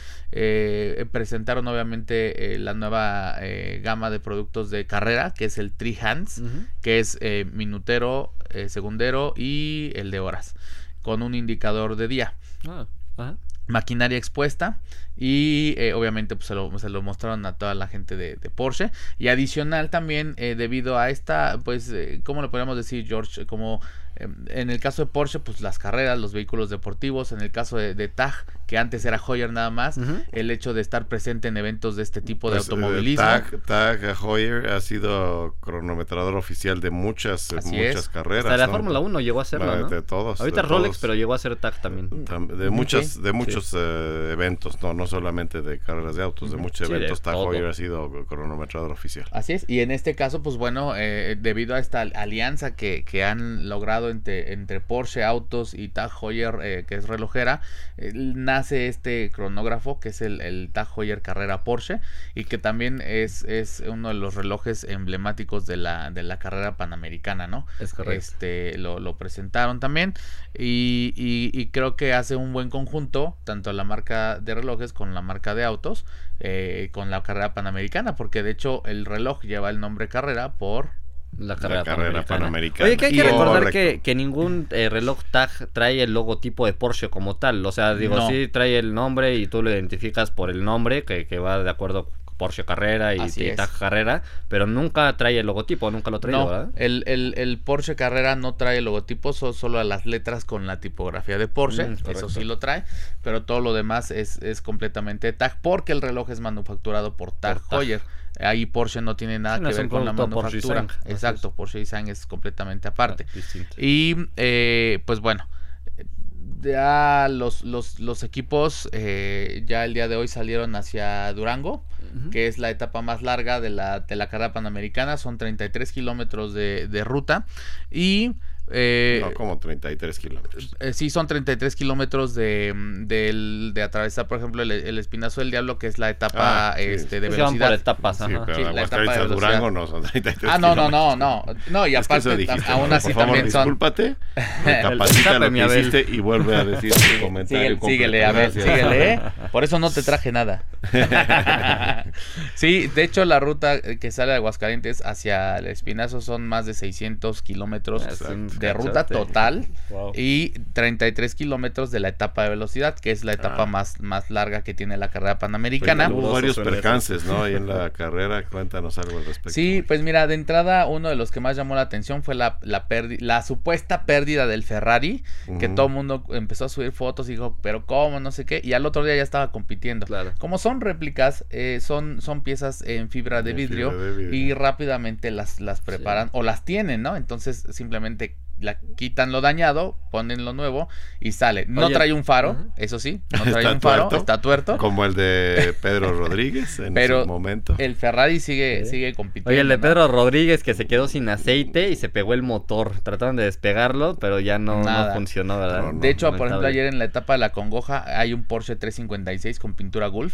Eh, presentaron obviamente eh, la nueva eh, gama de productos de carrera, que es el Three Hands, uh-huh. que es eh, minutero, eh, segundero y el de horas, con un indicador de día. Ah, ajá. Maquinaria expuesta y eh, obviamente pues se lo, se lo mostraron a toda la gente de, de Porsche y adicional también eh, debido a esta pues eh, ¿cómo le podríamos decir, George? Como eh, en el caso de Porsche pues las carreras, los vehículos deportivos, en el caso de, de Tag, que antes era Heuer nada más, uh-huh. el hecho de estar presente en eventos de este tipo pues, de automovilismo. Tag, Tag Heuer ha sido cronometrador oficial de muchas, muchas es. carreras. Hasta la ¿no? Fórmula uno llegó a serlo, ¿no? De todos. Ahorita de Rolex, todos. pero llegó a ser Tag también. De muchas, okay. de muchos sí. eh, eventos, no, no solamente de carreras de autos, de muchos sí, eventos. Tag Heuer ha sido cronometrador oficial. Así es, y en este caso, pues bueno, eh, debido a esta alianza que, que han logrado entre, entre Porsche Autos y Tag Heuer, eh, que es relojera, eh, nace este cronógrafo que es el, el Tag Heuer Carrera Porsche y que también es, es uno de los relojes emblemáticos de la, de la carrera panamericana, ¿no? Es correcto. Este, lo, lo presentaron también y, y, y creo que hace un buen conjunto tanto la marca de relojes con la marca de autos, eh, con la carrera panamericana, porque de hecho el reloj lleva el nombre carrera por la carrera, la carrera panamericana. panamericana. Oye, que hay que y recordar que, que ningún eh, reloj Tag trae el logotipo de Porsche como tal. O sea, digo, no. sí trae el nombre y tú lo identificas por el nombre que, que va de acuerdo Porsche Carrera y, y Tag Carrera, pero nunca trae el logotipo, nunca lo trae, no, ¿verdad? El, el, el Porsche Carrera no trae el logotipo, son solo las letras con la tipografía de Porsche, mm, eso sí lo trae, pero todo lo demás es, es completamente Tag, porque el reloj es manufacturado por Tag Heuer. Ahí Porsche no tiene nada sí, no que ver con la manufactura. Porsche Exacto, Porsche Design es completamente aparte. Ah, y eh, pues bueno, ya los, los, los equipos eh, ya el día de hoy salieron hacia Durango, uh-huh. que es la etapa más larga de la, de la carrera panamericana, son treinta y tres kilómetros de, de ruta y... Eh, no, como treinta y tres kilómetros. Eh, sí, son treinta y tres kilómetros de, de, de atravesar, por ejemplo, el, el Espinazo del Diablo, que es la etapa ah, sí, este, de velocidad. Se van por etapas, sí, pero sí, la etapa de Durango no son treinta y tres Ah, no, no, no, no, no, y aparte, dijiste, aún no, así por favor, también son... discúlpate, recapacita lo que hiciste y vuelve a decir tu comentario. Síguele, síguele a ver, síguele, ¿eh? Por eso no te traje nada. Sí, de hecho, la ruta que sale de Aguascalientes hacia el Espinazo son más de seiscientos kilómetros de ruta total. Wow. Y treinta y tres kilómetros de la etapa de velocidad, que es la etapa ah. más, más larga que tiene la carrera panamericana. Pues hubo varios percances, ¿no? Ahí en la carrera, cuéntanos algo al respecto. Sí, pues mira, de entrada, uno de los que más llamó la atención fue la, la, perdi- la supuesta pérdida del Ferrari, uh-huh. que todo el mundo empezó a subir fotos y dijo, pero ¿cómo? No sé qué, y al otro día ya estaba compitiendo. Claro. Como son réplicas, eh, son, son piezas en fibra de vidrio, fibra de vidrio. Y rápidamente las, las preparan, sí. o las tienen, ¿no? Entonces simplemente la quitan lo dañado, ponen lo nuevo y sale. No Oye, trae un faro, uh-huh. eso sí, no trae un faro, tuerto, está tuerto. Como el de Pedro Rodríguez en pero su momento. El Ferrari sigue, sí. sigue compitiendo. Oye, el de ¿no? Pedro Rodríguez que se quedó sin aceite y se pegó el motor. Trataron de despegarlo, pero ya no, no funcionó, ¿verdad? No, no, de hecho, no por ejemplo, ayer en la etapa de la Congoja hay un Porsche trescientos cincuenta y seis con pintura Gulf.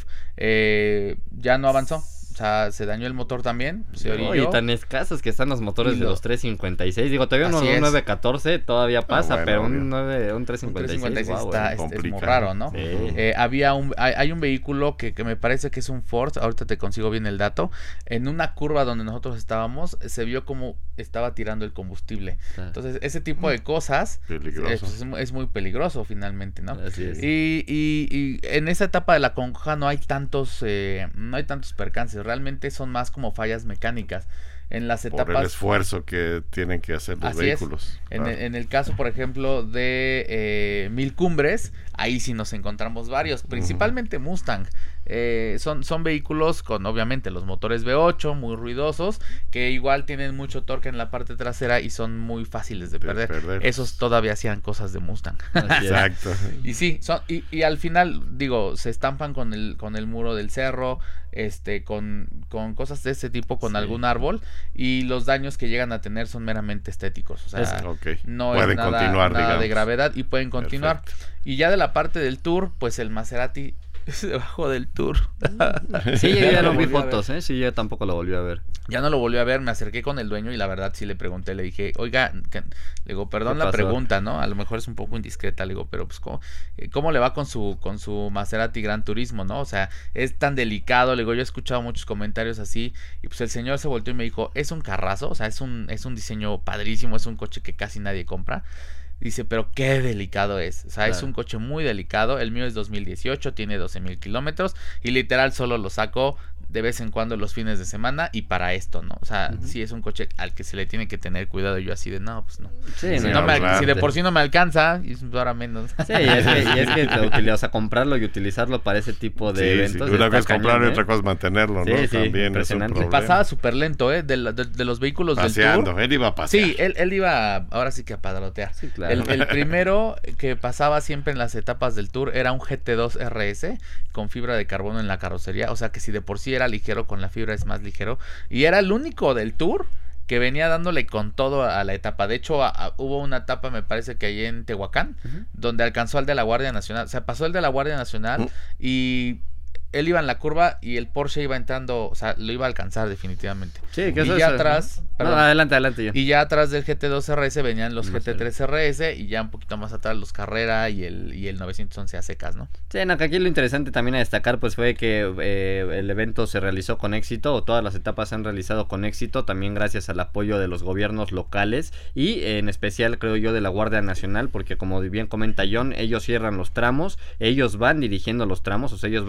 Eh, ya no avanzó. O sea, se dañó el motor también, se orilló. Y tan escasos que están los motores lo... de los trescientos cincuenta y seis. Digo, todavía un nueve catorce todavía pasa, ah, bueno, pero un, nueve, un trescientos cincuenta y seis, wow, está, es, es muy raro, ¿no? Sí. Eh, había un, hay, hay un vehículo que, que me parece que es un Ford, ahorita te consigo bien el dato. En una curva donde nosotros estábamos, se vio como estaba tirando el combustible. Ah. Entonces, ese tipo de cosas es, es, es muy peligroso finalmente, ¿no? Así es. Y, y, y en esa etapa de la Congoja no hay tantos, eh, no hay tantos percances, realmente son más como fallas mecánicas. En las etapas... Por el esfuerzo que tienen que hacer los Así vehículos. En, ah. el, en el caso, por ejemplo, de eh, Mil Cumbres, ahí sí nos encontramos varios, principalmente uh-huh. Mustang. Eh, son, son vehículos con, obviamente, los motores V ocho, muy ruidosos, que igual tienen mucho torque en la parte trasera y son muy fáciles de, de perder. perder. Esos todavía hacían cosas de Mustang. Exacto. Y sí, son, y, y al final, digo, se estampan con el, con el muro del cerro, este, con, con cosas de ese tipo, con sí. algún árbol, y los daños que llegan a tener son meramente estéticos. O sea, es, okay. no pueden es nada, continuar, nada de gravedad y pueden continuar. Perfecto. Y ya de la parte del Tour, pues el Maserati es debajo del Tour. Sí, yo ya no vi fotos, ¿eh? Sí, yo tampoco lo volví a ver. Ya no lo volví a ver, me acerqué con el dueño y la verdad sí le pregunté, le dije, oiga, que, le digo, perdón la pregunta, ¿no? A lo mejor es un poco indiscreta, le digo, pero pues, ¿cómo, cómo le va con su con su Maserati Gran Turismo, ¿no? O sea, es tan delicado, le digo, yo he escuchado muchos comentarios así, y pues el señor se volteó y me dijo, es un carrazo, o sea, es un, es un diseño padrísimo, es un coche que casi nadie compra. Dice, pero qué delicado es. O sea, claro. Es un coche muy delicado. El mío es dos mil dieciocho, tiene doce mil kilómetros. Y literal solo lo saco de vez en cuando los fines de semana y para esto, ¿no? O sea, uh-huh. sí es un coche al que se le tiene que tener cuidado. Yo así de, no, pues no. Sí, si, no me, si de por sí no me alcanza, y ahora menos. Sí, y es que, y es que te, o sea, comprarlo y utilizarlo para ese tipo de sí, eventos. Sí. Una cosa es comprarlo y otra cosa es mantenerlo, ¿no? Sí, sí, también es un problema. Pasaba súper lento, ¿eh? De, de, de los vehículos Paseando, del Tour. Él iba a pasear. Sí, él, él iba, ahora sí que a padrotear. Sí, claro. El, el primero que pasaba siempre en las etapas del Tour era un G T dos R S con fibra de carbono en la carrocería. O sea, que si de por sí era ligero, con la fibra es más ligero. Y era el único del Tour que venía dándole con todo a la etapa. De hecho, a, a, hubo una etapa, me parece que allí en Tehuacán, uh-huh. donde alcanzó al de la Guardia Nacional. O sea, pasó el de la Guardia Nacional uh-huh. y él iba en la curva y el Porsche iba entrando, o sea, lo iba a alcanzar definitivamente. Sí, que y eso ya es, atrás... ¿no? No, adelante, adelante yo. Y ya atrás del G T dos R S venían los no G T tres R S y ya un poquito más atrás los Carrera y el y el novecientos once a secas, ¿no? Sí, no, que aquí lo interesante también a destacar pues fue que eh, el evento se realizó con éxito, o todas las etapas se han realizado con éxito, también gracias al apoyo de los gobiernos locales y eh, en especial creo yo de la Guardia Nacional, porque como bien comenta John, ellos cierran los tramos, ellos van dirigiendo los tramos, o sea, ellos van eh,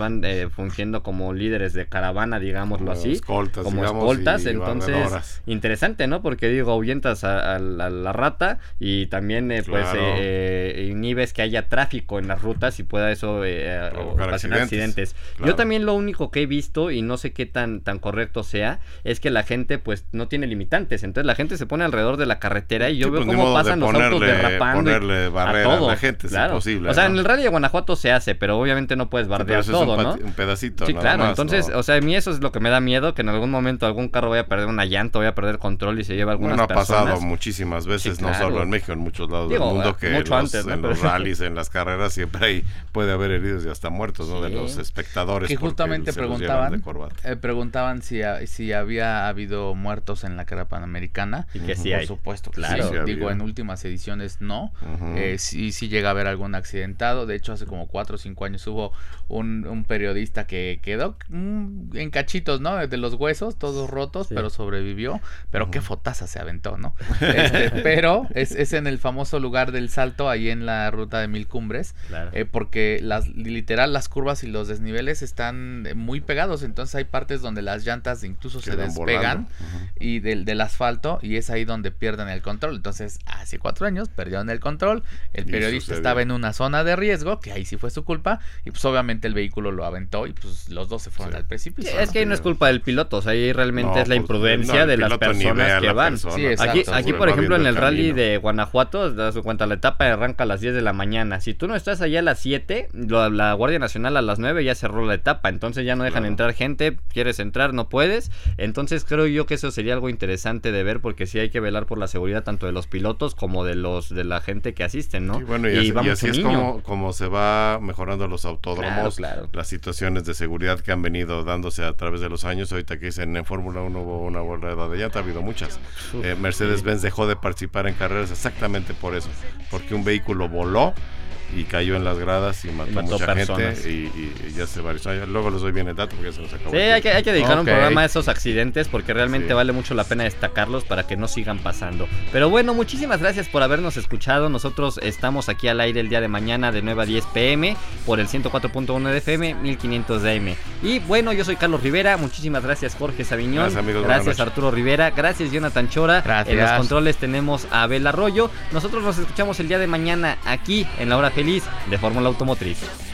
eh, fungiendo como líderes de caravana, digámoslo como así, escoltas, como digamos, escoltas, y entonces barredoras. interesante, ¿no? Porque digo, ahuyentas a, a, a la rata y también eh, Claro. pues eh, inhibes que haya tráfico en las rutas y pueda eso eh, Provocar ocasionar accidentes. accidentes. Claro. Yo también lo único que he visto, y no sé qué tan, tan correcto sea, es que la gente pues no tiene limitantes, entonces la gente se pone alrededor de la carretera y yo Sí, veo pues, ni cómo modo de pasan los ponerle- autos derrapando ponerle y barrera a a todo. la gente, es Claro. imposible, O sea, ¿no? en el Rally de Guanajuato se hace, pero obviamente no puedes Sí, pero bardear eso todo, es un, ¿no? pat- un pedacito, Sí, nada claro, más, entonces, ¿no? o sea, a mí eso es lo que me da miedo, que en algún momento algún carro vaya a perder una llanta, vaya a perder control y se lleva algunas Bueno, ha personas. pasado muchísimas veces, Sí, no claro. solo en México, en muchos lados Digo, del mundo, que mucho los, antes, ¿no? en Pero- los rallies, en las carreras, siempre hay, puede haber heridos y hasta muertos, ¿no? De Sí. los espectadores. Que porque justamente se los llevan preguntaban, de corbata. eh, preguntaban si, ha- si había habido muertos en la carrera panamericana. Y que sí Por hay. supuesto, que Claro. sí. Sí, ha Digo, habido. en últimas ediciones no. Ujú. Eh, sí, sí llega a haber algún accidentado. De hecho, hace como cuatro o cinco años hubo un, un periodista que quedó mm, en cachitos, ¿no? De los huesos, todos rotos, Sí. pero sobrevivió. Pero Ujú. qué fotaza se aventó, ¿no? Este, pero es, es en el famoso lugar del Salto, ahí en la ruta de Mil Cumbres. Claro. Eh, porque las literal las curvas y los desniveles están eh, muy pegados, entonces hay partes donde las llantas incluso se Quedan despegan volando. Ujú. y del, del asfalto, y es ahí donde pierden el control. Entonces hace cuatro años perdieron el control, el Y periodista sucedió. estaba en una zona de riesgo, que ahí sí fue su culpa, y pues obviamente el vehículo lo aventó y pues los dos se fueron Sí. al precipicio. Sí, ¿no? es que ahí no es culpa del piloto, o sea, ahí realmente No, es la pues, imprudencia no, el de las piloto ni ve a personas que la van. persona, Sí, pues, exacto. Aquí, seguro aquí, va por ejemplo, en viendo el rally camino. de Guanajuato, das cuenta, la etapa arranca a las diez de la mañana. Si tú no estás allá a las siete, lo- la Guardia Nacional a las nueve ya cerró la etapa, entonces ya no dejan Claro. entrar gente, quieres entrar, no puedes. Entonces creo yo que eso sería algo interesante de ver, porque sí hay que velar por la seguridad tanto de los pilotos como de los de la gente que asisten, ¿no? Sí, bueno, y, así, va y así mucho es niño. como, como se va mejorando los autódromos, Claro, claro. las situaciones de seguridad que han venido dándose a través de los años. Ahorita que dicen en Fórmula uno hubo una rueda de llanta, ha habido muchas. Uf, Eh, Mercedes-Benz dejó de participar en carreras exactamente por eso, porque un vehículo voló y cayó en las gradas y mató, Y mató mucha personas. gente y, y- y ya se varios años. Luego les doy bien el dato porque ya se nos acabó. Sí, el hay que, hay que dedicar Ok. un programa a esos accidentes porque realmente Sí. vale mucho la pena destacarlos para que no sigan pasando. Pero bueno, muchísimas gracias por habernos escuchado. Nosotros estamos aquí al aire el día de mañana de nueve a diez pm por el ciento cuatro punto uno de F M, mil quinientos de A M. Y bueno, yo soy Carlos Rivera. Muchísimas gracias, Jorge Sabiñón. Gracias, amigos, buenas Gracias, noches. Arturo Rivera. Gracias, Jonathan Chora. Gracias. En los controles tenemos a Abel Arroyo. Nosotros nos escuchamos el día de mañana aquí en La Hora Feliz de Fórmula Automotriz.